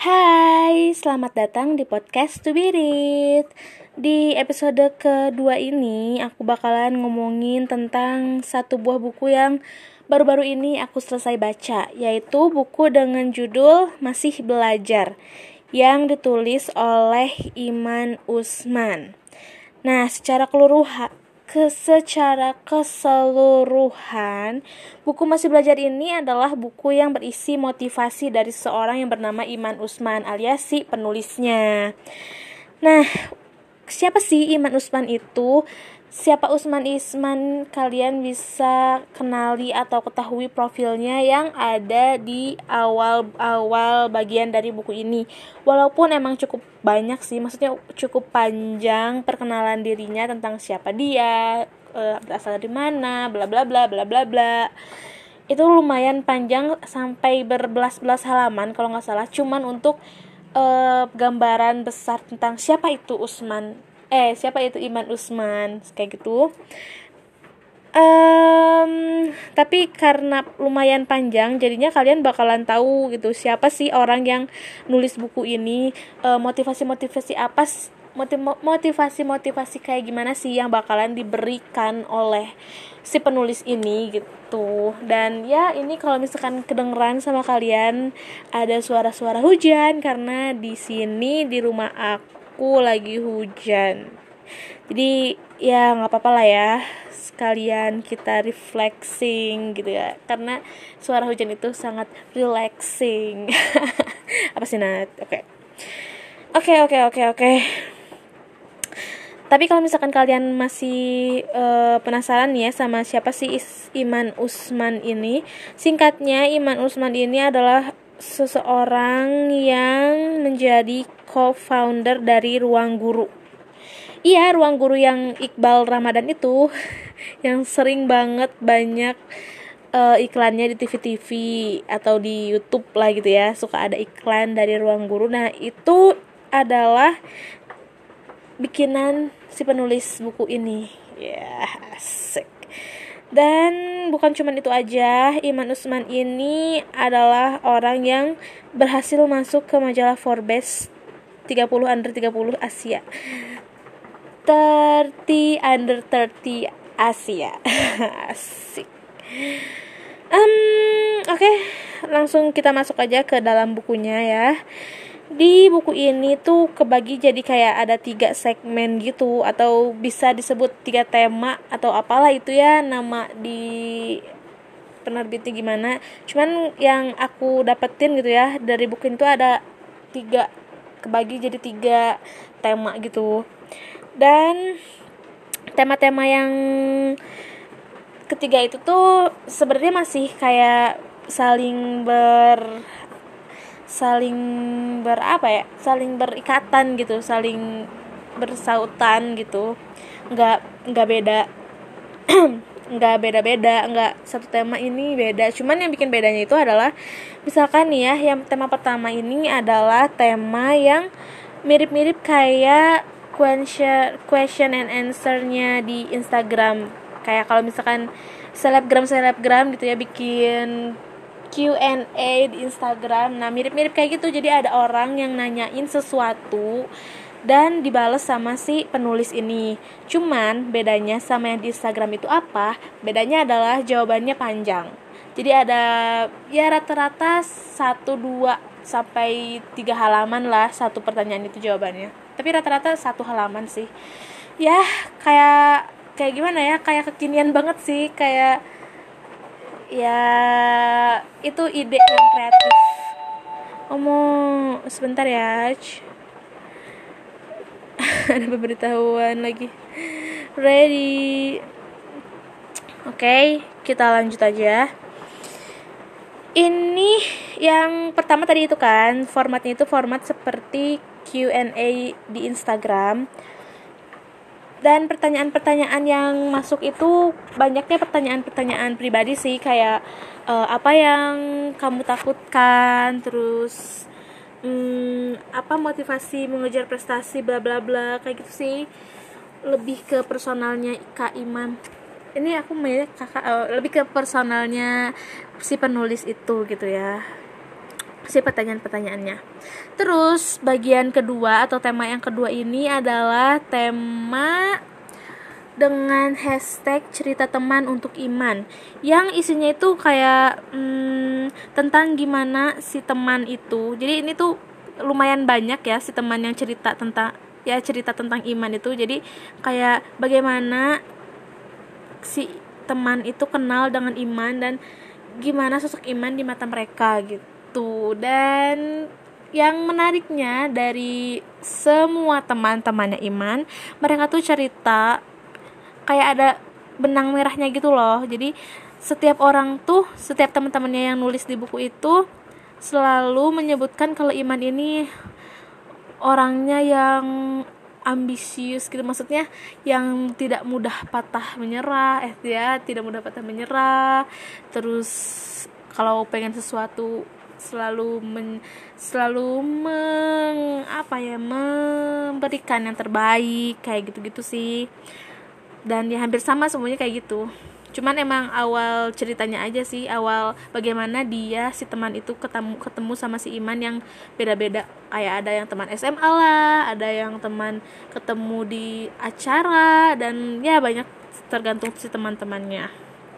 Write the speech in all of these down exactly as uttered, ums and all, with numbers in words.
Hai, selamat datang di podcast To Be Read. Di episode kedua ini, aku bakalan ngomongin tentang satu buah buku yang baru-baru ini aku selesai baca, yaitu buku dengan judul Masih Belajar, yang ditulis oleh Iman Usman. Nah, secara keseluruhan, ke secara keseluruhan, buku Masih Belajar ini adalah buku yang berisi motivasi dari seorang yang bernama Iman Usman alias si penulisnya. Nah, siapa sih Iman Usman itu? Siapa Usman Isman? Kalian bisa kenali atau ketahui profilnya yang ada di awal-awal bagian dari buku ini. Walaupun emang cukup banyak sih, maksudnya cukup panjang perkenalan dirinya tentang siapa dia, e, berasal dari mana, bla bla bla bla bla bla. Itu lumayan panjang sampai berbelas-belas halaman kalau nggak salah. Cuman untuk e, gambaran besar tentang siapa itu Usman. Eh, siapa itu Iman Usman, kayak gitu. Um, tapi karena lumayan panjang, jadinya kalian bakalan tahu gitu siapa sih orang yang nulis buku ini, uh, motivasi-motivasi apa, motivasi-motivasi kayak gimana sih yang bakalan diberikan oleh si penulis ini gitu. Dan ya ini kalau misalkan kedengeran sama kalian ada suara-suara hujan karena di sini di rumah aku lagi hujan. Jadi ya nggak apa-apa lah ya, sekalian kita reflexing gitu ya, karena suara hujan itu sangat relaxing. Apa sih Nat? Oke, oke, oke, oke, oke. Tapi kalau misalkan kalian masih uh, penasaran ya sama siapa sih Iman Usman ini, singkatnya Iman Usman ini adalah seseorang yang menjadi co-founder dari Ruang Guru. Iya, Ruang Guru yang Iqbal Ramadan itu, yang sering banget banyak uh, iklannya di T V-T V atau di YouTube lah gitu ya, suka ada iklan dari Ruang Guru. Nah, itu adalah bikinan si penulis buku ini. Ya, asik. Dan bukan cuma itu aja, Iman Usman ini adalah orang yang berhasil masuk ke majalah Forbes tiga puluh under tiga puluh Asia. tiga puluh under tiga puluh Asia. Asik. Um, Oke, okay. Langsung kita masuk aja ke dalam bukunya ya. Di buku ini tuh kebagi jadi kayak ada tiga segmen gitu, atau bisa disebut tiga tema atau apalah itu ya, nama di penerbitnya gimana. Cuman yang aku dapetin gitu ya dari buku itu ada tiga, kebagi jadi tiga tema gitu. Dan tema-tema yang ketiga itu tuh sebenarnya masih kayak saling ber saling ber apa ya saling berikatan gitu, saling bersautan gitu, nggak nggak beda nggak beda-beda, nggak satu tema ini beda. Cuman yang bikin bedanya itu adalah misalkan nih ya, yang tema pertama ini adalah tema yang mirip-mirip kayak question question and answer-nya di Instagram. Kayak kalau misalkan selebgram-selebgram gitu ya bikin Q and A di Instagram. Nah, mirip-mirip kayak gitu. Jadi ada orang yang nanyain sesuatu dan dibales sama si penulis ini. Cuman bedanya sama yang di Instagram itu apa? Bedanya adalah jawabannya panjang. Jadi ada ya rata-rata satu dua sampai tiga halaman lah satu pertanyaan itu jawabannya. Tapi rata-rata satu halaman sih. Ya, kayak kayak gimana ya? Kayak kekinian banget sih, kayak ya itu ide yang kreatif. Omong sebentar ya. Ada pemberitahuan lagi. Ready. Oke, okay, kita lanjut aja. Ini yang pertama tadi itu kan, formatnya itu format seperti Q and A di Instagram. Dan pertanyaan-pertanyaan yang masuk itu banyaknya pertanyaan-pertanyaan pribadi sih, kayak uh, apa yang kamu takutkan, terus hmm, apa motivasi mengejar prestasi, bla bla bla, kayak gitu sih. Lebih ke personalnya Kak Iman. Ini aku milih kakak uh, lebih ke personalnya si penulis itu gitu ya. si pertanyaan-pertanyaannya. Terus bagian kedua atau tema yang kedua ini adalah tema dengan hashtag cerita teman untuk iman, yang isinya itu kayak hmm, tentang gimana si teman itu. Jadi ini tuh lumayan banyak ya si teman yang cerita tentang ya cerita tentang iman itu. Jadi kayak bagaimana si teman itu kenal dengan iman dan gimana sosok iman di mata mereka gitu. Dan yang menariknya dari semua teman-temannya Iman, mereka tuh cerita kayak ada benang merahnya gitu loh. Jadi setiap orang tuh, setiap teman-temannya yang nulis di buku itu selalu menyebutkan kalau Iman ini orangnya yang ambisius gitu, maksudnya yang tidak mudah patah menyerah, eh ya tidak mudah patah menyerah. Terus kalau pengen sesuatu selalu men, selalu meng, apa ya memberikan yang terbaik kayak gitu-gitu sih. Dan ya hampir sama semuanya kayak gitu. Cuman emang awal ceritanya aja sih, awal bagaimana dia si teman itu ketemu ketemu sama si Iman yang beda-beda. Kayak ada yang teman S M A lah, ada yang teman ketemu di acara, dan ya banyak tergantung si teman-temannya.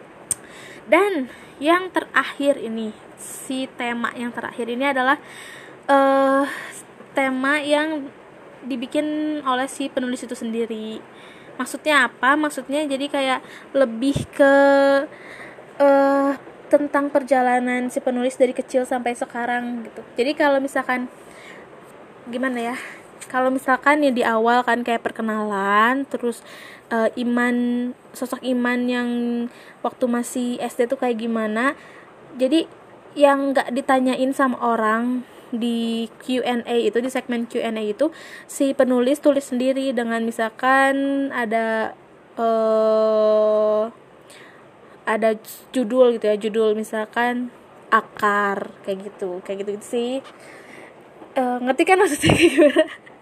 Dan yang terakhir ini, si tema yang terakhir ini adalah uh, tema yang dibikin oleh si penulis itu sendiri. Maksudnya apa? Maksudnya jadi kayak lebih ke uh, tentang perjalanan si penulis dari kecil sampai sekarang gitu. Jadi kalau misalkan gimana ya? Kalau misalkan ya di awal kan kayak perkenalan, terus uh, Iman, sosok Iman yang waktu masih S D tuh kayak gimana. Jadi yang nggak ditanyain sama orang di Q and A itu, di segmen Q and A itu, si penulis tulis sendiri dengan misalkan ada uh, ada judul gitu ya, judul misalkan akar kayak gitu, kayak gitu, -gitu sih. Uh, ngerti kan maksudnya gimana?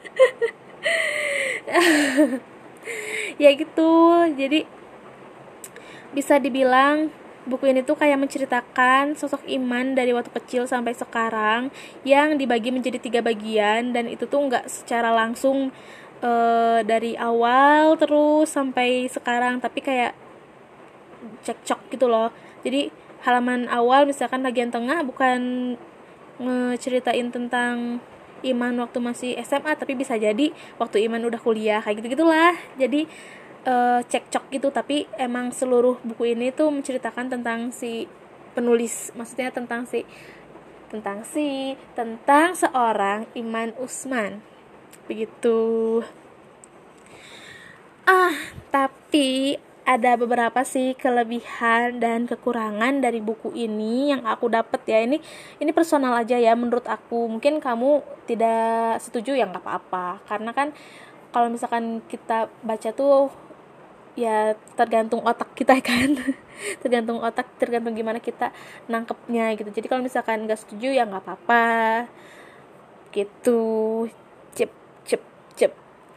Ya gitu. Jadi bisa dibilang buku ini tuh kayak menceritakan sosok Iman dari waktu kecil sampai sekarang yang dibagi menjadi tiga bagian, dan itu tuh nggak secara langsung e, dari awal terus sampai sekarang, tapi kayak cekcok gitu loh. Jadi halaman awal misalkan bagian tengah bukan ngeceritain tentang Iman waktu masih S M A, tapi bisa jadi waktu Iman udah kuliah, kayak gitu-gitulah. Jadi Uh, cekcok gitu, tapi emang seluruh buku ini tuh menceritakan tentang si penulis, maksudnya tentang si tentang si tentang seorang Iman Usman begitu. Ah, tapi ada beberapa sih kelebihan dan kekurangan dari buku ini yang aku dapet ya. Ini ini personal aja ya menurut aku. Mungkin kamu tidak setuju ya nggak apa-apa, karena kan kalau misalkan kita baca tuh ya tergantung otak kita kan. tergantung otak tergantung gimana kita nangkepnya gitu. Jadi kalau misalkan nggak setuju ya nggak apa-apa gitu. Cep cep cep.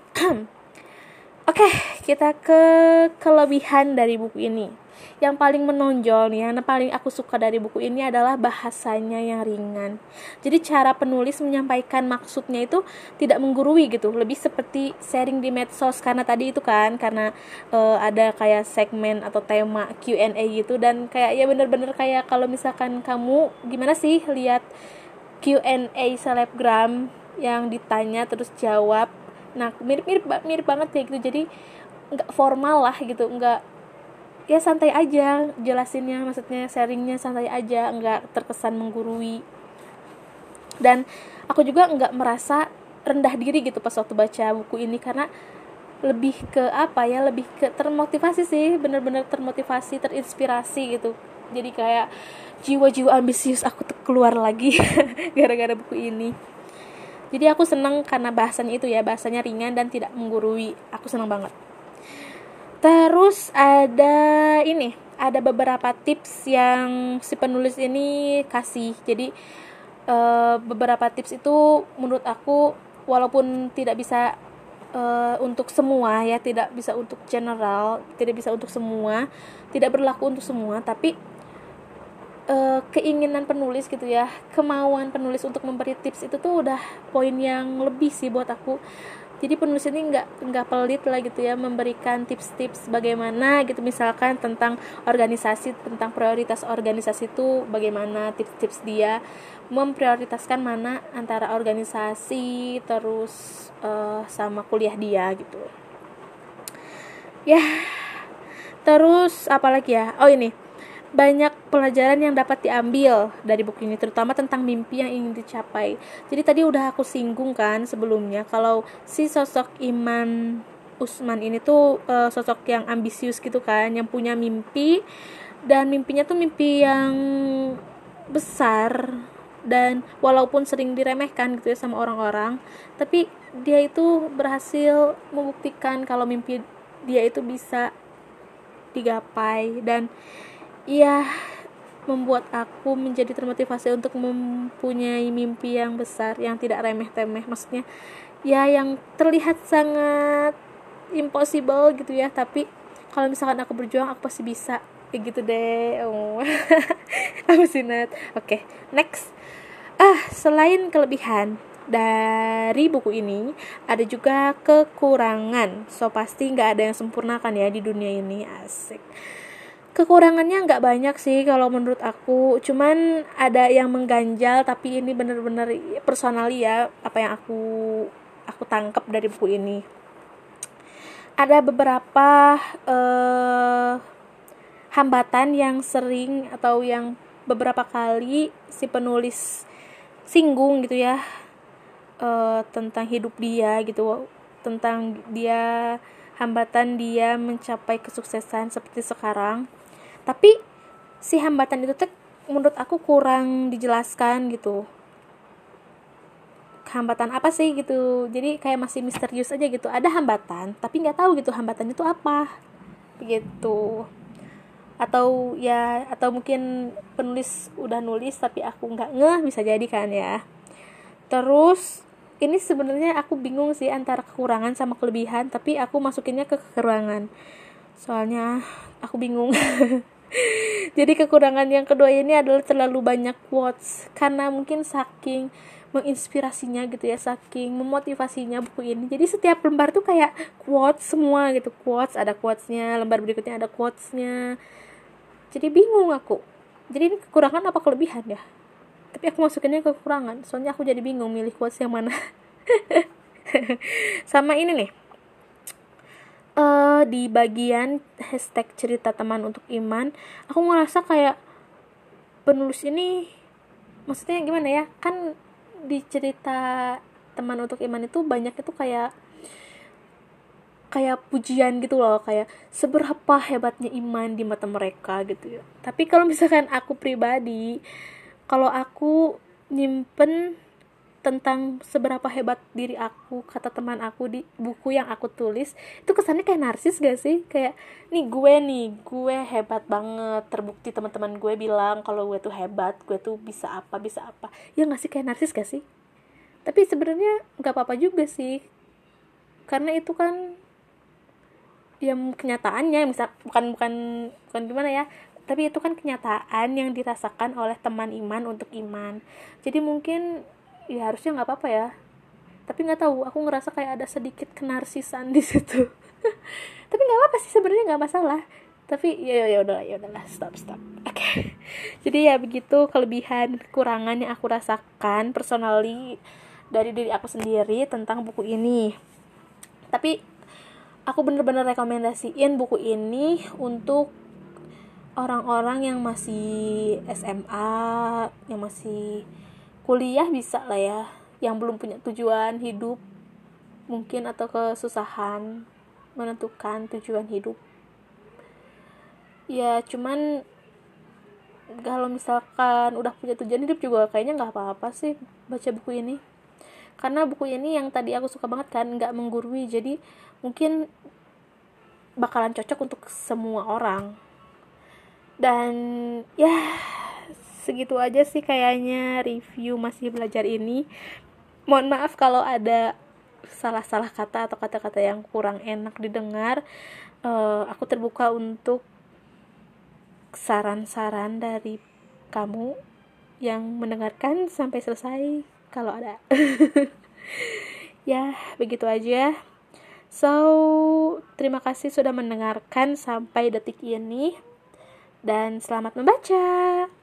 Oke, kita ke kelebihan dari buku ini. Yang paling menonjol nih, yang paling aku suka dari buku ini adalah bahasanya yang ringan. Jadi cara penulis menyampaikan maksudnya itu tidak menggurui gitu, lebih seperti sharing di medsos, karena tadi itu kan karena uh, ada kayak segmen atau tema Q and A gitu, dan kayak ya bener-bener kayak kalau misalkan kamu gimana sih lihat Q and A selebgram yang ditanya terus jawab. Nah, mirip-mirip mirip banget kayak gitu. Jadi nggak formal lah gitu, nggak, ya santai aja jelasinnya, maksudnya sharingnya santai aja, nggak terkesan menggurui. Dan aku juga nggak merasa rendah diri gitu pas waktu baca buku ini, karena lebih ke apa ya, lebih ke termotivasi sih, bener-bener termotivasi, terinspirasi gitu. Jadi kayak jiwa-jiwa ambisius aku tuh keluar lagi gara-gara buku ini. Jadi aku senang karena bahasanya itu ya, bahasanya ringan dan tidak menggurui. Aku senang banget. Terus ada ini, ada beberapa tips yang si penulis ini kasih. Jadi e, beberapa tips itu menurut aku walaupun tidak bisa e, untuk semua ya, tidak bisa untuk general, tidak bisa untuk semua, tidak berlaku untuk semua, tapi uh, keinginan penulis gitu ya, kemauan penulis untuk memberi tips itu tuh udah poin yang lebih sih buat aku. Jadi penulis ini nggak nggak pelit lah gitu ya, memberikan tips-tips bagaimana gitu, misalkan tentang organisasi, tentang prioritas organisasi itu bagaimana, tips-tips dia memprioritaskan mana antara organisasi terus uh, sama kuliah dia gitu ya. Terus apalagi ya, oh ini, banyak pelajaran yang dapat diambil dari buku ini, terutama tentang mimpi yang ingin dicapai. Jadi tadi udah aku singgung kan sebelumnya, kalau si sosok Iman Usman ini tuh uh, sosok yang ambisius gitu kan, yang punya mimpi, dan mimpinya tuh mimpi yang besar, dan walaupun sering diremehkan gitu ya sama orang-orang, tapi dia itu berhasil membuktikan kalau mimpi dia itu bisa digapai, dan ya membuat aku menjadi termotivasi untuk mempunyai mimpi yang besar, yang tidak remeh-temeh, maksudnya ya yang terlihat sangat impossible gitu ya, tapi kalau misalkan aku berjuang aku pasti bisa, kayak gitu deh. Oh. Aku sinat. Oke, okay, next. Ah, selain kelebihan dari buku ini, ada juga kekurangan. So pasti nggak ada yang sempurna kan ya di dunia ini, asik. Kekurangannya nggak banyak sih kalau menurut aku, cuman ada yang mengganjal, tapi ini bener-bener personal ya, apa yang aku aku tangkap dari buku ini. Ada beberapa eh, hambatan yang sering atau yang beberapa kali si penulis singgung gitu ya, uh, tentang hidup dia gitu, tentang dia, hambatan dia mencapai kesuksesan seperti sekarang. Tapi si hambatan itu tuh menurut aku kurang dijelaskan gitu, hambatan apa sih gitu. Jadi kayak masih misterius aja gitu, ada hambatan tapi nggak tahu gitu hambatan itu apa begitu. Atau ya, atau mungkin penulis udah nulis tapi aku nggak ngeh, bisa jadi kan ya. Terus ini sebenarnya aku bingung sih antara kekurangan sama kelebihan, tapi aku masukinnya ke kekurangan soalnya aku bingung. Jadi kekurangan yang kedua ini adalah terlalu banyak quotes, karena mungkin saking menginspirasinya gitu ya, saking memotivasinya buku ini, jadi setiap lembar tuh kayak quotes semua gitu, quotes, ada quotesnya, lembar berikutnya ada quotesnya, jadi bingung aku. Jadi ini kekurangan apa kelebihan ya, tapi aku masukinnya ke kekurangan soalnya aku jadi bingung milih quotes yang mana. Sama ini nih, uh, di bagian hashtag cerita teman untuk Iman, aku ngerasa kayak penulis ini, maksudnya gimana ya, kan di cerita teman untuk Iman itu banyak itu kayak kayak pujian gitu loh, kayak seberapa hebatnya Iman di mata mereka gitu ya. Tapi kalau misalkan aku pribadi, kalau aku nyimpen tentang seberapa hebat diri aku, kata teman aku di buku yang aku tulis, itu kesannya kayak narsis gak sih? Kayak nih gue nih, gue hebat banget, terbukti teman-teman gue bilang kalau gue tuh hebat, gue tuh bisa apa, bisa apa. Ya gak sih, kayak narsis gak sih? Tapi sebenarnya gak apa-apa juga sih, karena itu kan yang kenyataannya, misal bukan bukan bukan gimana ya, tapi itu kan kenyataan yang dirasakan oleh teman Iman untuk Iman. Jadi mungkin ya harusnya nggak apa-apa ya, tapi nggak tahu, aku ngerasa kayak ada sedikit kenarsisan di situ. Tapi nggak apa-apa sih sebenarnya, nggak masalah. Tapi ya ya udahlah, ya udahlah, stop stop. Oke. Okay. Jadi ya begitu kelebihan kekurangan yang aku rasakan personally dari diri aku sendiri tentang buku ini. Tapi aku bener-bener rekomendasiin buku ini untuk orang-orang yang masih S M A, yang masih kuliah bisa lah ya, yang belum punya tujuan hidup mungkin, atau kesusahan menentukan tujuan hidup. Ya cuman kalau misalkan udah punya tujuan hidup juga kayaknya nggak apa-apa sih baca buku ini, karena buku ini yang tadi aku suka banget kan, nggak menggurui, jadi mungkin bakalan cocok untuk semua orang. Dan ya segitu aja sih kayaknya review Masih Belajar ini. Mohon maaf kalau ada salah-salah kata atau kata-kata yang kurang enak didengar. uh, aku terbuka untuk saran-saran dari kamu yang mendengarkan sampai selesai kalau ada. Ya, begitu aja. So, terima kasih sudah mendengarkan sampai detik ini dan selamat membaca.